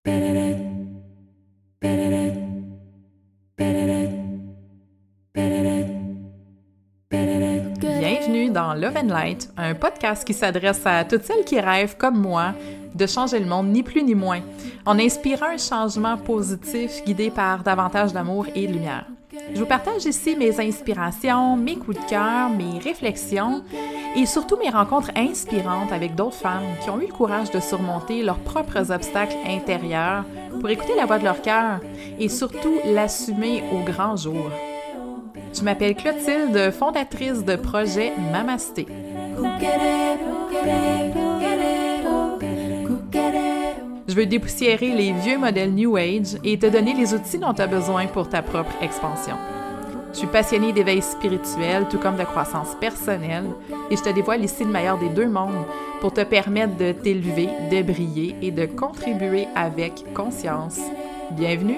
Bienvenue dans Love and Light, un podcast qui s'adresse à toutes celles qui rêvent, comme moi, de changer le monde, ni plus ni moins, en inspirant un changement positif guidé par davantage d'amour et de lumière. Je vous partage ici mes inspirations, mes coups de cœur, mes réflexions et surtout mes rencontres inspirantes avec d'autres femmes qui ont eu le courage de surmonter leurs propres obstacles intérieurs pour écouter la voix de leur cœur et surtout l'assumer au grand jour. Je m'appelle Clotilde, fondatrice de projet Mamasté. Je veux dépoussiérer les vieux modèles New Age et te donner les outils dont tu as besoin pour ta propre expansion. Je suis passionnée d'éveil spirituel, tout comme de croissance personnelle, et je te dévoile ici le meilleur des deux mondes pour te permettre de t'élever, de briller et de contribuer avec conscience. Bienvenue!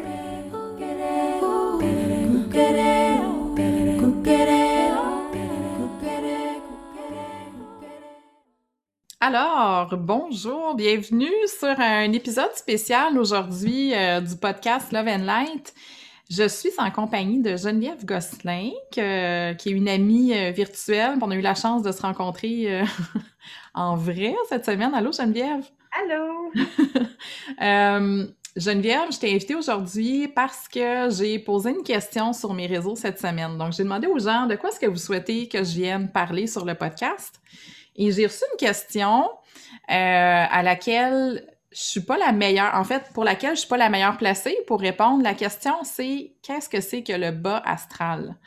Alors, bonjour, bienvenue sur un épisode spécial aujourd'hui du podcast Love and Light. Je suis en compagnie de Geneviève Gosselin, qui est une amie virtuelle. On a eu la chance de se rencontrer en vrai cette semaine. Allô, Geneviève? Allô! Geneviève, je t'ai invitée aujourd'hui parce que j'ai posé une question sur mes réseaux cette semaine. Donc, j'ai demandé aux gens de quoi est-ce que vous souhaitez que je vienne parler sur le podcast. Et j'ai reçu une question à laquelle je suis pas la meilleure, en fait, pour laquelle je suis pas la meilleure placée pour répondre. La question, c'est qu'est-ce que c'est que le bas astral?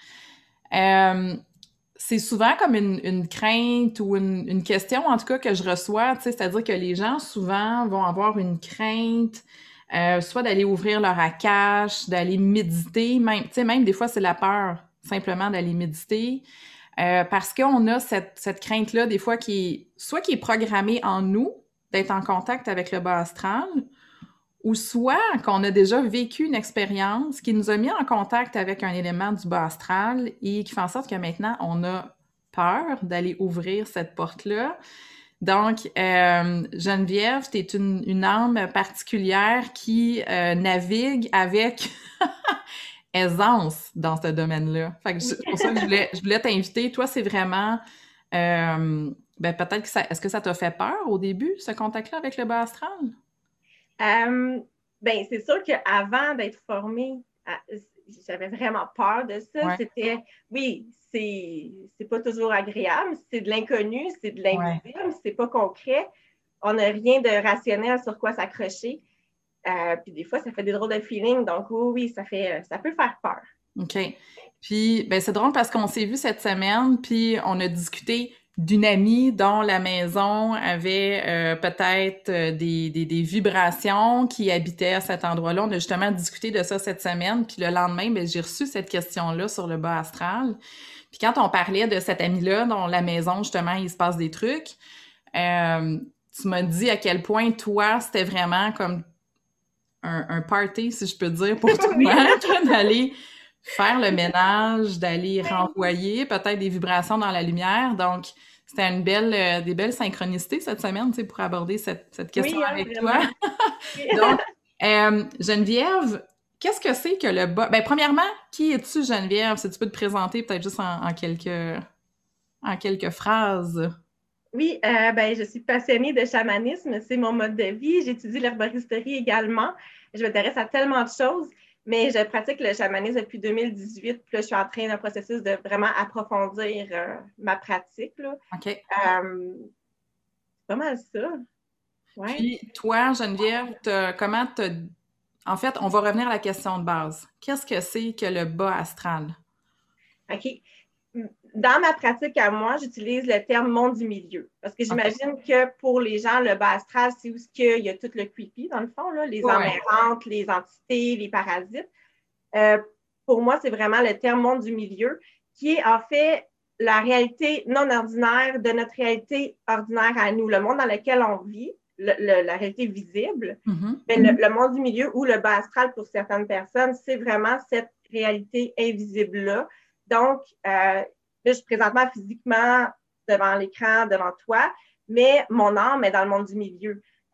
C'est souvent comme une crainte ou une question, en tout cas, que je reçois, tu sais, c'est-à-dire que les gens, souvent, vont avoir une crainte, soit d'aller ouvrir leur akash, d'aller méditer, même, tu sais, même des fois, c'est la peur, simplement d'aller méditer. Parce qu'on a cette crainte-là, des fois, qui est programmée en nous, d'être en contact avec le bas astral, ou soit qu'on a déjà vécu une expérience qui nous a mis en contact avec un élément du bas astral et qui fait en sorte que maintenant, on a peur d'aller ouvrir cette porte-là. Donc, Geneviève, t'es une âme particulière qui navigue avec aisance dans ce domaine-là. Fait que c'est pour ça que je voulais t'inviter. Toi, c'est vraiment... peut-être que est-ce que ça t'a fait peur au début, ce contact-là avec le bas astral? C'est sûr qu'avant d'être formée, j'avais vraiment peur de ça. Ouais. C'était, oui, c'est pas toujours agréable, c'est de l'inconnu, c'est de l'invisible, c'est pas concret. On n'a rien de rationnel sur quoi s'accrocher. Puis des fois, ça fait des drôles de feelings. Donc oui, ça peut faire peur. OK. Puis, c'est drôle parce qu'on s'est vu cette semaine, puis on a discuté d'une amie dont la maison avait peut-être des vibrations qui habitaient à cet endroit-là. On a justement discuté de ça cette semaine, puis le lendemain, j'ai reçu cette question-là sur le bas astral. Puis quand on parlait de cette amie-là, dont la maison, justement, il se passe des trucs, tu m'as dit à quel point, toi, c'était vraiment comme un party, si je peux dire, pour toi, d'aller faire le ménage, d'aller renvoyer peut-être des vibrations dans la lumière. Donc, c'était des belles synchronicités cette semaine, tu sais, pour aborder cette question avec vraiment. toi. Donc, Geneviève, qu'est-ce que c'est que le bas? Premièrement, qui es-tu, Geneviève? Si tu peux te présenter peut-être juste en quelques phrases. Oui, je suis passionnée de chamanisme, c'est mon mode de vie. J'étudie l'herboristerie également. Je m'intéresse à tellement de choses, mais je pratique le chamanisme depuis 2018. Puis là, je suis en train d'un processus de vraiment approfondir ma pratique. Là. OK. C'est pas mal ça. Ouais. Puis, toi, Geneviève, en fait, on va revenir à la question de base. Qu'est-ce que c'est que le bas astral? OK. Dans ma pratique à moi, j'utilise le terme monde du milieu. Parce que j'imagine que pour les gens, le bas astral, c'est où il y a tout le creepy, dans le fond, là, les âmes errantes, les entités, les parasites. Pour moi, c'est vraiment le terme monde du milieu, qui est en fait la réalité non ordinaire de notre réalité ordinaire à nous, le monde dans lequel on vit, la réalité visible. Mais le monde du milieu ou le bas astral pour certaines personnes, c'est vraiment cette réalité invisible-là. Donc, là, je suis présentement physiquement devant l'écran, devant toi, mais mon âme est dans le monde du milieu.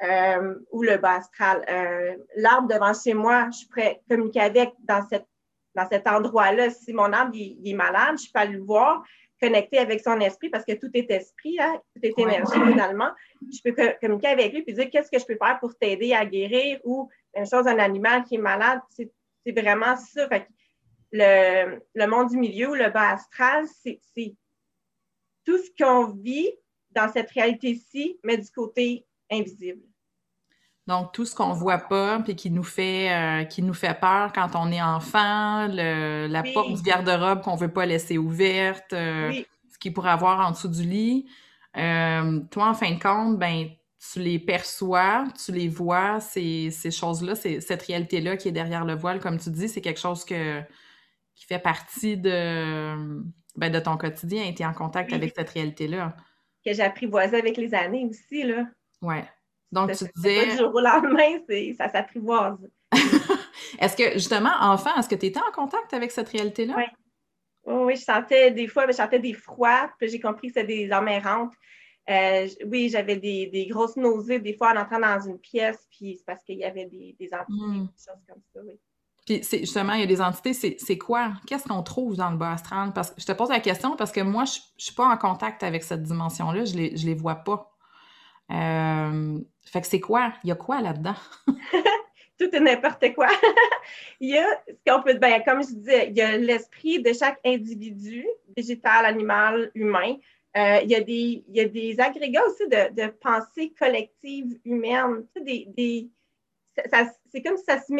ou le bas astral. L'arbre devant chez moi, je pourrais communiquer avec dans cet endroit-là. Si mon arbre il est malade, je peux aller le voir, connecter avec son esprit, parce que tout est esprit, hein, tout est énergie finalement. Je peux communiquer avec lui et dire qu'est-ce que je peux faire pour t'aider à guérir, ou une chose, un animal qui est malade, c'est vraiment ça. Fait que le monde du milieu ou le bas astral, c'est tout ce qu'on vit dans cette réalité-ci, mais du côté invisible. Donc, tout ce qu'on voit pas puis qui nous fait peur quand on est enfant, la porte du garde-robe qu'on veut pas laisser ouverte, ce qu'il pourrait avoir en dessous du lit. Toi, en fin de compte, ben, tu les perçois, tu les vois, ces choses-là, cette réalité-là qui est derrière le voile, comme tu dis, c'est quelque chose qui fait partie de ton quotidien. Tu es en contact avec cette réalité-là. Que j'ai apprivoisé avec les années aussi, là. Ouais. Donc, tu disais... pas du jour au lendemain, ça s'apprivoise. Est-ce que, justement, enfant, est-ce que tu étais en contact avec cette réalité-là? Oui. Oui, je sentais des fois, je sentais des froids, puis j'ai compris que c'était des âmes errantes. Oui, j'avais des grosses nausées, des fois en entrant dans une pièce, puis c'est parce qu'il y avait des entités, des choses comme ça, oui. Puis, justement, il y a des entités, c'est quoi? Qu'est-ce qu'on trouve dans le bas astral? Parce que je te pose la question parce que moi, je ne suis pas en contact avec cette dimension-là, je les vois pas. Fait que c'est quoi? Il y a quoi là-dedans? Tout et n'importe quoi. Il y a ce qu'on peut, ben, comme je disais, il y a l'esprit de chaque individu, végétal, animal, humain. Il y a des agrégats aussi de pensée collective humaine. Tu sais, c'est comme si ça se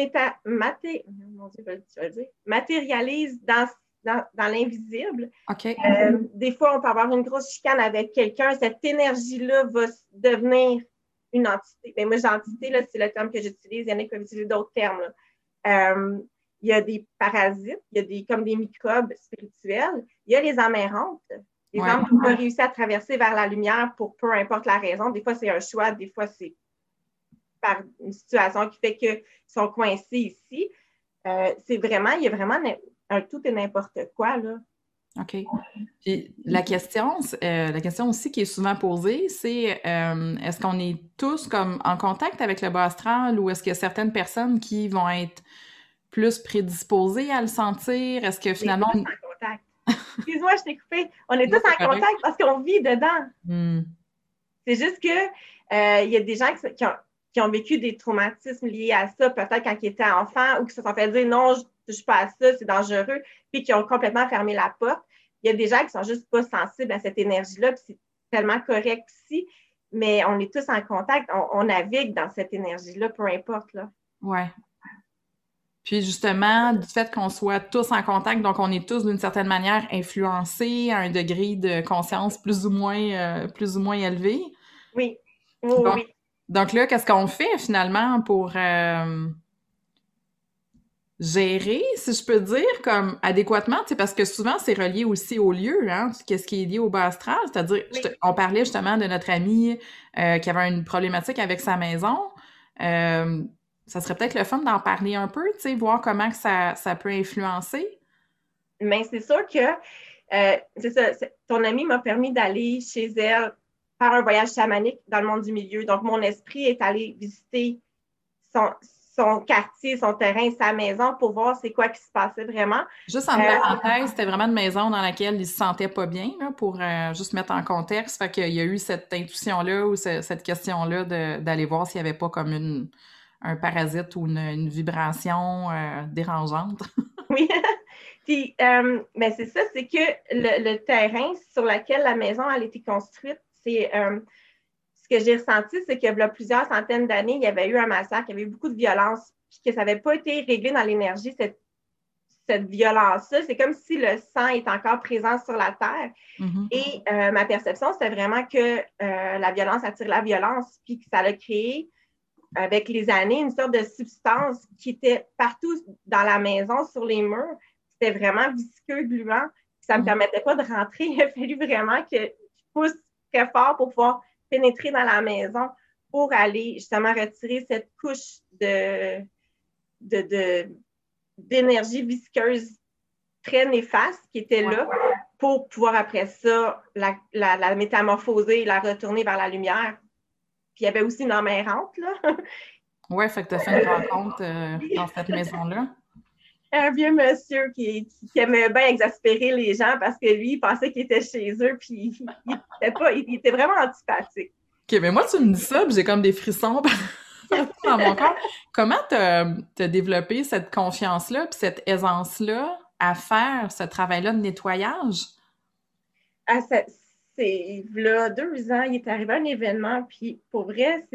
matérialise dans l'invisible. OK. Des fois, on peut avoir une grosse chicane avec quelqu'un. Cette énergie-là va devenir une entité. Mais moi, l'entité, là, c'est le terme que j'utilise. Il y en a qui peuvent utiliser d'autres termes. Il y a des parasites, il y a comme des microbes spirituels. Il y a les âmes errantes. Les âmes qui n'ont pas réussi à traverser vers la lumière pour peu importe la raison. Des fois, c'est un choix. Des fois, c'est par une situation qui fait qu'ils sont coincés ici. Il y a vraiment un tout et n'importe quoi, là. OK. Puis la question aussi qui est souvent posée, c'est est-ce qu'on est tous comme en contact avec le bas astral, ou est-ce qu'il y a certaines personnes qui vont être plus prédisposées à le sentir? Est-ce que finalement... On est tous en contact. Excuse-moi, je t'ai coupé. On est tous en contact parce qu'on vit dedans. C'est juste que il y a des gens qui ont vécu des traumatismes liés à ça, peut-être quand ils étaient enfants, ou qui se sont fait dire non, je ne touche pas à ça, c'est dangereux, puis qui ont complètement fermé la porte. Il y a des gens qui sont juste pas sensibles à cette énergie-là, puis c'est tellement correct aussi, mais on est tous en contact, on navigue dans cette énergie-là, peu importe, là. Ouais. Puis justement, du fait qu'on soit tous en contact, donc on est tous d'une certaine manière influencés à un degré de conscience plus ou moins élevé. Oui. Donc là, qu'est-ce qu'on fait finalement pour gérer, si je peux dire, comme adéquatement, tu sais, parce que souvent c'est relié aussi au lieu, hein, qu'est-ce qui est lié au bas astral, c'est-à-dire, on parlait justement de notre ami qui avait une problématique avec sa maison. Ça serait peut-être le fun d'en parler un peu, tu sais, voir comment que ça peut influencer. Mais c'est sûr que c'est ça, ton amie m'a permis d'aller chez elle faire un voyage chamanique dans le monde du milieu. Donc, mon esprit est allé visiter son quartier, son terrain, sa maison pour voir c'est quoi qui se passait vraiment. Juste en parenthèse, c'était vraiment une maison dans laquelle il se sentait pas bien, là, pour juste mettre en contexte. Fait qu'il y a eu cette intuition-là ou cette question-là d'aller voir s'il n'y avait pas comme un parasite ou une vibration dérangeante. Oui. Puis, ben c'est ça, c'est que le terrain sur lequel la maison a été construite, c'est ce que j'ai ressenti, c'est qu'il y a plusieurs centaines d'années, il y avait eu un massacre, il y avait eu beaucoup de violence, puis que ça n'avait pas été réglé dans l'énergie, cette violence-là. C'est comme si le sang est encore présent sur la terre. Mm-hmm. Et ma perception, c'était vraiment que la violence attire la violence, puis que ça a créé, avec les années, une sorte de substance qui était partout dans la maison, sur les murs. C'était vraiment visqueux, gluant. Ça ne me permettait pas de rentrer. Il a fallu vraiment que je pousse très fort pour pouvoir pénétrer dans la maison pour aller justement retirer cette couche d'énergie visqueuse très néfaste qui était là pour pouvoir après ça la métamorphoser, la retourner vers la lumière Puis il y avait aussi une homme errante, là. Ouais, fait que t'as fait une rencontre dans cette maison-là. Un vieux monsieur qui aimait bien exaspérer les gens parce que lui, il pensait qu'il était chez eux, puis il était vraiment antipathique. OK, mais moi, tu me dis ça, puis j'ai comme des frissons dans mon corps. Comment t'as développé cette confiance-là, puis cette aisance-là à faire ce travail-là de nettoyage? Ah, c'est là 2 ans, il est arrivé un événement, puis pour vrai,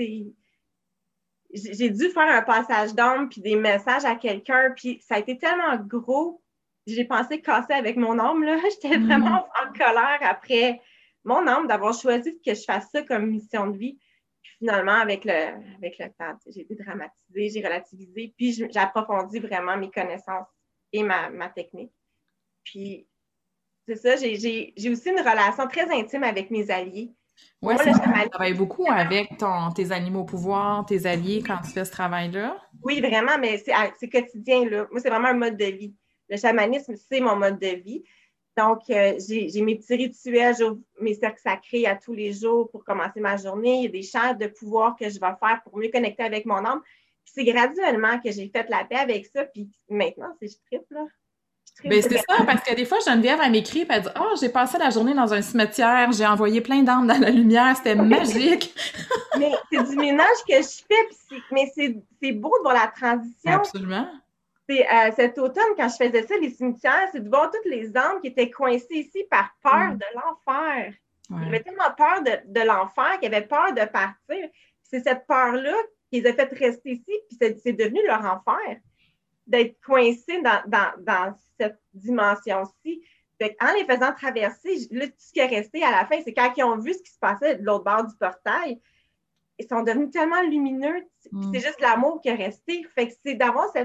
j'ai dû faire un passage d'âme puis des messages à quelqu'un, puis ça a été tellement gros, j'ai pensé casser avec mon âme, là. J'étais vraiment en colère après mon âme d'avoir choisi que je fasse ça comme mission de vie. Puis finalement, avec le temps, j'ai été dramatisée, j'ai relativisé, puis j'ai approfondi vraiment mes connaissances et ma technique. Puis c'est ça, j'ai aussi une relation très intime avec mes alliés. Ouais, Moi, c'est le ça. Tu chamanisme, travailles beaucoup avec tes animaux au pouvoir, tes alliés quand tu fais ce travail-là. oui, vraiment, mais c'est quotidien, là. Moi, c'est vraiment un mode de vie. Le chamanisme, c'est mon mode de vie. Donc, j'ai mes petits rituels, mes cercles sacrés à tous les jours pour commencer ma journée. Il y a des chants de pouvoir que je vais faire pour mieux connecter avec mon âme. Puis c'est graduellement que j'ai fait la paix avec ça. Puis maintenant, je tripe, là. Je Ben, tripe c'est ça, vraiment. parce que des fois, Geneviève, elle m'écrit, puis elle dit, oh, j'ai passé la journée dans un cimetière, j'ai envoyé plein d'âmes dans la lumière, c'était magique. Mais c'est du ménage que je fais, mais c'est beau de voir la transition. Absolument. Cet automne, quand je faisais ça, les cimetières, c'est de voir toutes les âmes qui étaient coincées ici par peur de l'enfer. Ils avaient Ouais. tellement peur de l'enfer qu'ils avaient peur de partir. C'est cette peur-là qui les a fait rester ici, puis c'est devenu leur enfer, d'être coincés dans cette dimension-ci. En les faisant traverser, là, tout ce qui est resté à la fin, c'est quand ils ont vu ce qui se passait de l'autre bord du portail, ils sont devenus tellement lumineux, puis c'est juste l'amour qui est resté. Fait que c'est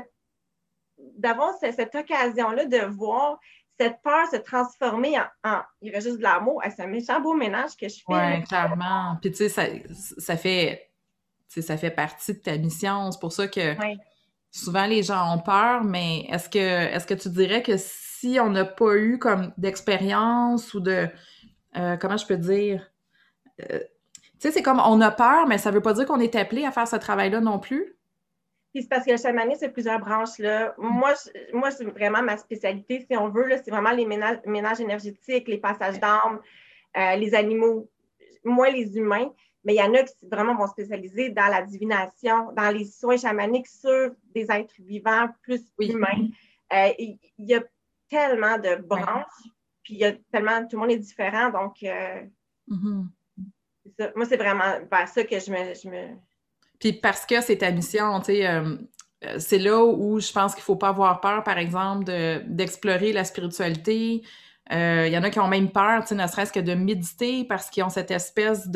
d'avoir cette occasion-là de voir cette peur se transformer il reste juste de l'amour. C'est un méchant beau ménage que je fais, là. Ouais, clairement. Puis tu sais, ça fait, tu sais, ça fait partie de ta mission. C'est pour ça que Ouais. souvent les gens ont peur, mais est-ce que tu dirais que si on n'a pas eu comme d'expérience ou de, comment je peux dire, tu sais, c'est comme on a peur, mais ça veut pas dire qu'on est appelé à faire ce travail-là non plus. Puis c'est parce que le chamanisme, c'est plusieurs branches, là. Moi c'est vraiment ma spécialité, si on veut, là, c'est vraiment les ménages énergétiques, les passages d'âme, les animaux, moins les humains, mais il y en a qui vraiment vont spécialiser dans la divination, dans les soins chamaniques sur des êtres vivants plus Oui. humains. Il y a tellement de Ouais. branches, puis il y a tellement, tout le monde est différent, donc Mhm. c'est ça. Moi, c'est vraiment vers ça que je me... Puis parce que c'est ta mission, tu sais, c'est là où je pense qu'il faut pas avoir peur, par exemple, d'explorer la spiritualité. Il y en a qui ont même peur, tu sais, ne serait-ce que de méditer parce qu'ils ont cette espèce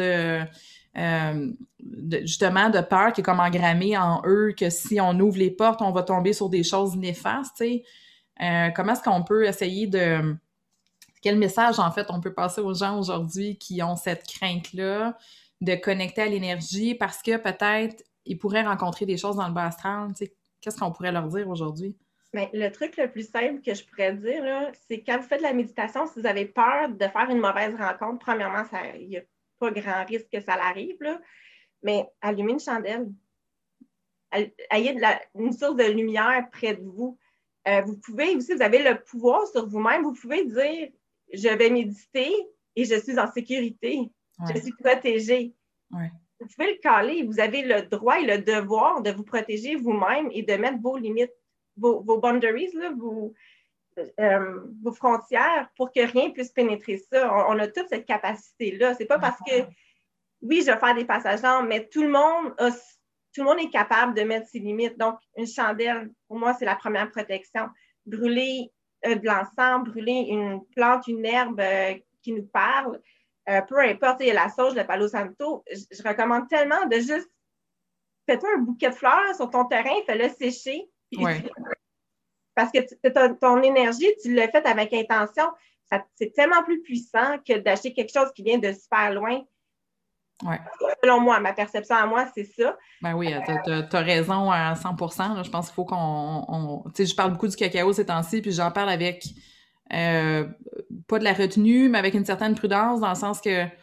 justement de peur qui est comme engrammée en eux, que si on ouvre les portes, on va tomber sur des choses néfastes, tu sais. Comment est-ce qu'on peut essayer de... Quel message, en fait, on peut passer aux gens aujourd'hui qui ont cette crainte-là de connecter à l'énergie parce que peut-être ils pourraient rencontrer des choses dans le bas astral? Tu sais, qu'est-ce qu'on pourrait leur dire aujourd'hui? Mais le truc le plus simple que je pourrais dire, là, c'est quand vous faites de la méditation, si vous avez peur de faire une mauvaise rencontre, premièrement, il n'y a pas grand risque que ça l'arrive, là, mais allumez une chandelle. Ayez une source de lumière près de vous. Vous pouvez aussi, vous avez le pouvoir sur vous-même, vous pouvez dire, je vais méditer et je suis en sécurité. Ouais. Je suis protégée. Ouais. Vous pouvez le caler. Vous avez le droit et le devoir de vous protéger vous-même et de mettre vos limites, vos boundaries, là, vos frontières pour que rien puisse pénétrer ça. On a toute cette capacité-là. C'est pas parce que, oui, je vais faire des passages d'âme, mais tout le monde est capable de mettre ses limites. Donc, une chandelle, pour moi, c'est la première protection. Brûler de l'encens, brûler une plante, une herbe qui nous parle, peu importe, il y a la sauge, le palo santo, je recommande tellement de juste fais-toi un bouquet de fleurs sur ton terrain, fais-le sécher. Ouais. Parce que ton énergie, tu l'as faite avec intention. C'est tellement plus puissant que d'acheter quelque chose qui vient de super loin. Ouais. Selon moi, ma perception à moi, c'est ça. Ben oui, t'as raison à 100%. Là. Je pense qu'il faut qu'on... Tu sais, je parle beaucoup du cacao ces temps-ci, puis j'en parle avec pas de la retenue, mais avec une certaine prudence, dans le sens que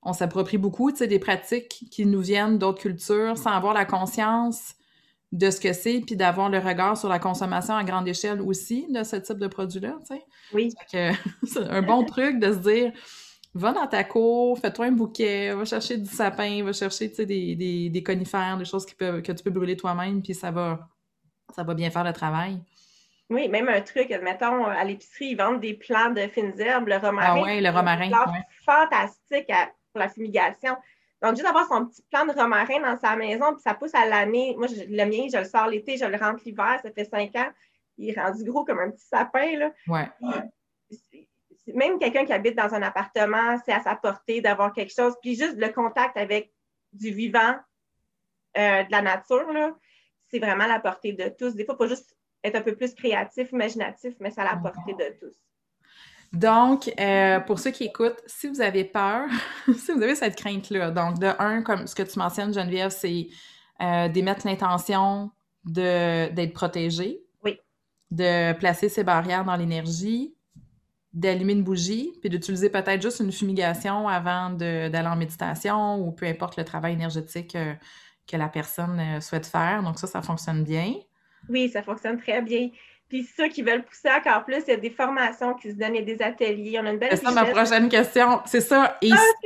on s'approprie beaucoup, tu sais, des pratiques qui nous viennent d'autres cultures sans avoir la conscience de ce que c'est, puis d'avoir le regard sur la consommation à grande échelle aussi de ce type de produit-là, tu sais. Oui. Fait que c'est un bon truc de se dire, va dans ta cour, fais-toi un bouquet, va chercher du sapin, va chercher, tu sais, des conifères, des choses que tu peux brûler toi-même, puis ça va bien faire le travail. Oui, même un truc, admettons, à l'épicerie, ils vendent des plants de fines herbes, le Ah romarin, ouais, le c'est une romarin, plante ouais. fantastique pour la fumigation. Donc, juste d'avoir son petit plant de romarin dans sa maison, puis ça pousse à l'année. Moi, le mien, je le sors l'été, je le rentre l'hiver, ça fait 5 ans. Il est rendu gros comme un petit sapin, là. Ouais. Même quelqu'un qui habite dans un appartement, c'est à sa portée d'avoir quelque chose. Puis juste le contact avec du vivant, de la nature, là, c'est vraiment à la portée de tous. Des fois, il faut juste être un peu plus créatif, imaginatif, mais c'est à la portée de tous. Donc, pour ceux qui écoutent, si vous avez peur, si vous avez cette crainte-là, donc de un, comme ce que tu mentionnes, Geneviève, c'est d'émettre l'intention d'être protégé, Oui. de placer ses barrières dans l'énergie, d'allumer une bougie, puis d'utiliser peut-être juste une fumigation avant d'aller en méditation ou peu importe le travail énergétique que la personne souhaite faire. Donc ça fonctionne bien. Oui, ça fonctionne très bien. Puis ceux qui veulent pousser encore plus, il y a des formations qui se donnent, il y a des ateliers. On a une belle C'est ça ma richesse. prochaine question. C'est ça.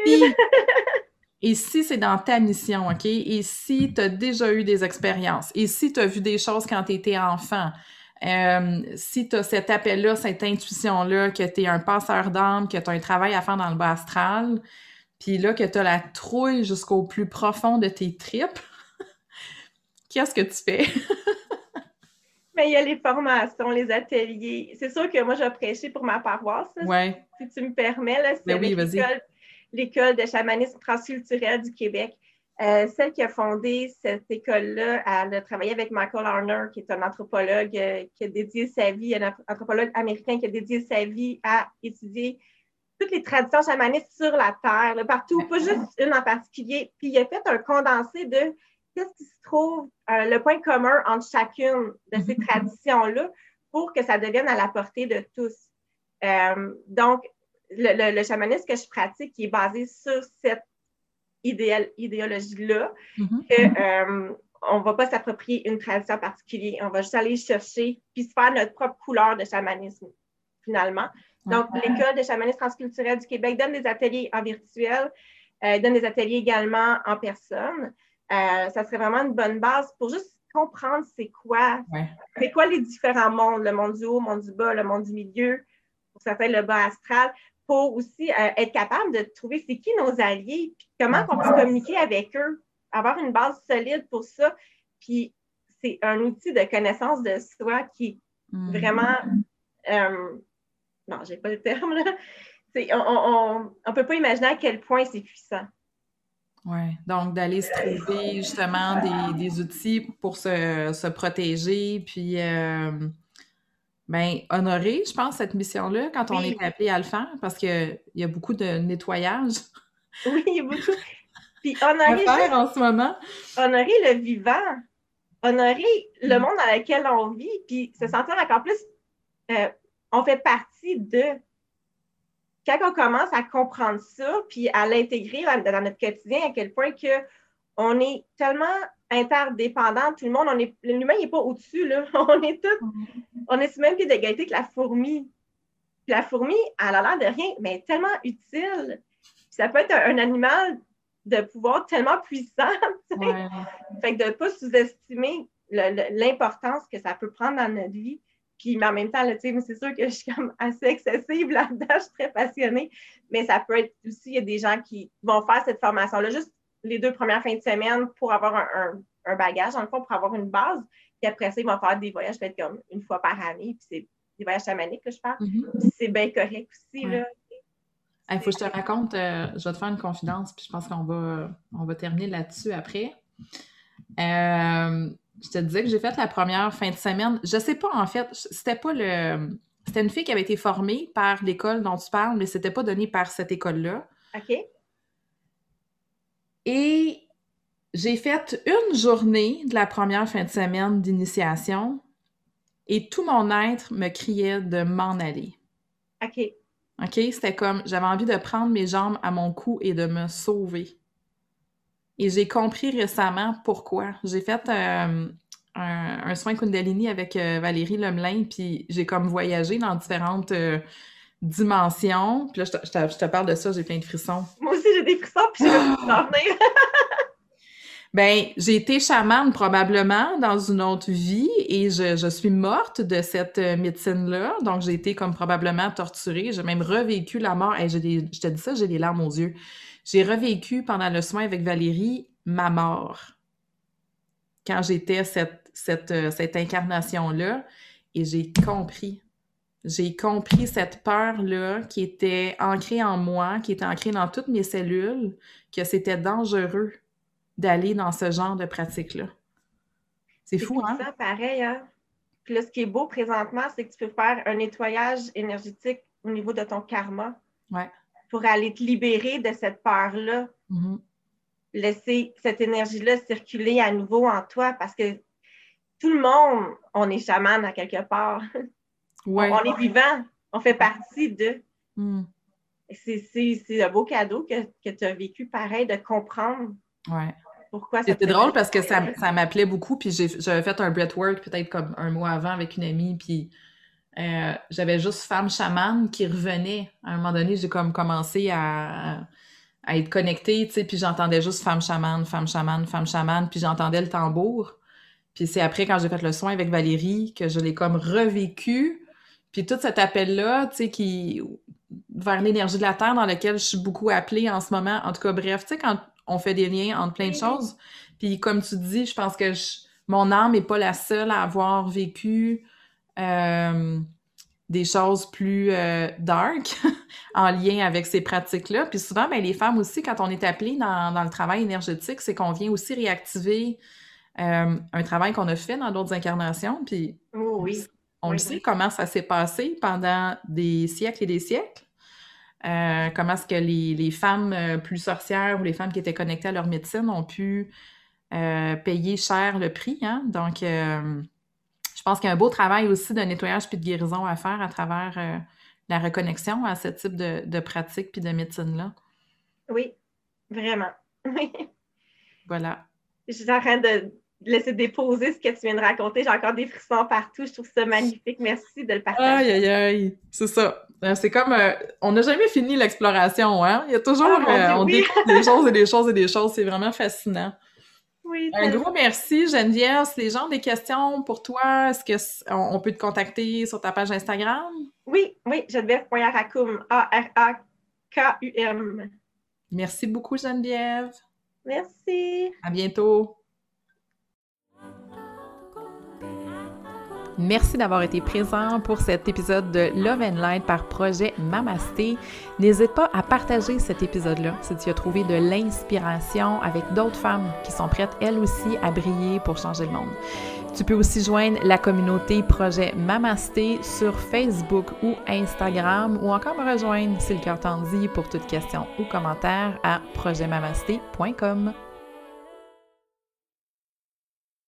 Et si c'est dans ta mission, OK? Et si tu as déjà eu des expériences? Et si tu as vu des choses quand tu étais enfant? Si tu as cet appel-là, cette intuition-là, que tu es un passeur d'âme, que tu as un travail à faire dans le bas astral, puis là, que tu as la trouille jusqu'au plus profond de tes tripes, qu'est-ce que tu fais? Mais il y a les formations, les ateliers. C'est sûr que moi, je vais prêcher pour ma paroisse, là, Ouais. si tu me permets. Là, c'est Ben oui, avec vas-y. l'école de chamanisme transculturel du Québec. Celle qui a fondé cette école-là, elle a travaillé avec Michael Arner, qui est un anthropologue qui a dédié sa vie, un anthropologue américain qui a dédié sa vie à étudier toutes les traditions chamanistes sur la Terre, là, partout, pas juste une en particulier. Puis il a fait un condensé de qu'est-ce qui se trouve, le point commun entre chacune de ces traditions-là pour que ça devienne à la portée de tous. Donc, le chamanisme que je pratique, qui est basé sur cette idéologie-là, on ne va pas s'approprier une tradition particulière, on va juste aller chercher puis se faire notre propre couleur de chamanisme, finalement. Donc, l'École de chamanisme transculturel du Québec donne des ateliers en virtuel, donne des ateliers également en personne. Ça serait vraiment une bonne base pour juste comprendre c'est quoi les différents mondes, le monde du haut, le monde du bas, le monde du milieu, pour certains le bas astral, pour aussi être capable de trouver c'est qui nos alliés, puis comment on peut communiquer avec eux, avoir une base solide pour ça. Puis c'est un outil de connaissance de soi qui est vraiment... non, j'ai pas le terme, là. On ne peut pas imaginer à quel point c'est puissant. Oui, donc d'aller se trouver justement des outils pour se protéger, puis honorer, je pense, cette mission-là quand on est appelé à le faire, parce qu'il y a beaucoup de nettoyage. Oui, il y a beaucoup. Puis honorer à faire en ce moment. Honorer le vivant, honorer le monde dans lequel on vit, puis se sentir encore plus, on fait partie de... Quand on commence à comprendre ça, puis à l'intégrer dans notre quotidien, à quel point que on est tellement interdépendants, tout le monde, l'humain n'est pas au-dessus, là. On est sur le même pied d'égalité que la fourmi. Puis la fourmi, elle a l'air de rien, mais elle est tellement utile. Puis ça peut être un animal de pouvoir tellement puissant. Fait que de ne pas sous-estimer l'importance que ça peut prendre dans notre vie. Puis, mais en même temps, c'est sûr que je suis comme assez excessive là-dedans, je suis très passionnée, mais ça peut être aussi, il y a des gens qui vont faire cette formation-là juste les 2 premières fins de semaine pour avoir un bagage, dans le fond, pour avoir une base. Puis après ça, ils vont faire des voyages peut-être comme une fois par année, puis c'est des voyages chamaniques que je parle. Puis c'est bien correct aussi, là. Il faut que je te raconte, je vais te faire une confidence, puis je pense qu'on va terminer là-dessus après. Je te disais que j'ai fait la première fin de semaine. Je sais pas, en fait, c'était une fille qui avait été formée par l'école dont tu parles, mais c'était pas donné par cette école-là. OK. Et j'ai fait une journée de la première fin de semaine d'initiation et tout mon être me criait de m'en aller. OK. OK? C'était comme, j'avais envie de prendre mes jambes à mon cou et de me sauver. Et j'ai compris récemment pourquoi. J'ai fait un soin Kundalini avec Valérie Lemelin, puis j'ai comme voyagé dans différentes dimensions. Puis là, je te parle de ça, j'ai plein de frissons. Moi aussi, j'ai des frissons, puis je vais t'en venir. Ben, j'ai été chamane probablement dans une autre vie et je suis morte de cette médecine-là. Donc, j'ai été comme probablement torturée. J'ai même revécu la mort. Hey, je te dis ça, j'ai les larmes aux yeux. J'ai revécu pendant le soin avec Valérie ma mort quand j'étais cette incarnation-là et j'ai compris. J'ai compris cette peur-là qui était ancrée en moi, qui était ancrée dans toutes mes cellules, que c'était dangereux d'aller dans ce genre de pratique-là. C'est fou, hein? C'est pareil, hein? Puis là, ce qui est beau présentement, c'est que tu peux faire un nettoyage énergétique au niveau de ton karma. Ouais. Pour aller te libérer de cette peur-là. Mm-hmm. Laisser cette énergie-là circuler à nouveau en toi parce que tout le monde, on est chaman à quelque part. Ouais. On est vivant. On fait partie de. Mm. C'est un beau cadeau que tu as vécu pareil, de comprendre. Ouais. Pourquoi ça. C'était drôle parce que ça m'appelait beaucoup, puis j'avais fait un breathwork peut-être comme un mois avant avec une amie, puis j'avais juste femme chamane qui revenait. À un moment donné, j'ai comme commencé à être connectée, tu sais, puis j'entendais juste femme chamane, femme chamane, femme chamane, puis j'entendais le tambour. Puis c'est après, quand j'ai fait le soin avec Valérie, que je l'ai comme revécu. Puis tout cet appel-là, tu sais, qui vers l'énergie de la Terre dans lequel je suis beaucoup appelée en ce moment. En tout cas, bref, tu sais, quand on fait des liens entre plein de choses. Puis comme tu dis, je pense que mon âme n'est pas la seule à avoir vécu des choses plus dark en lien avec ces pratiques-là. Puis souvent, ben, les femmes aussi, quand on est appelé dans le travail énergétique, c'est qu'on vient aussi réactiver un travail qu'on a fait dans d'autres incarnations. Puis on le sait comment ça s'est passé pendant des siècles et des siècles. Comment est-ce que les femmes plus sorcières ou les femmes qui étaient connectées à leur médecine ont pu payer cher le prix. Hein? Donc, je pense qu'il y a un beau travail aussi de nettoyage puis de guérison à faire à travers la reconnexion à ce type de pratique puis de médecine-là. Oui, vraiment. Voilà. Je suis en train de laisser déposer ce que tu viens de raconter. J'ai encore des frissons partout. Je trouve ça magnifique. Merci de le partager. Aïe, aïe, aïe. C'est ça. C'est comme... on n'a jamais fini l'exploration, hein? Il y a toujours... on découvre des choses et des choses et des choses. C'est vraiment fascinant. Oui. Un gros merci, Geneviève. Si les gens ont des questions pour toi, est-ce qu'on peut te contacter sur ta page Instagram? Oui, Geneviève.Arakum. A-R-A-K-U-M. Merci beaucoup, Geneviève. Merci. À bientôt. Merci d'avoir été présent pour cet épisode de Love and Light par Projet Mamasté. N'hésite pas à partager cet épisode-là si tu as trouvé de l'inspiration avec d'autres femmes qui sont prêtes, elles aussi, à briller pour changer le monde. Tu peux aussi joindre la communauté Projet Mamasté sur Facebook ou Instagram ou encore me rejoindre si le cœur t'en dit pour toute question ou commentaire à projetmamasté.com.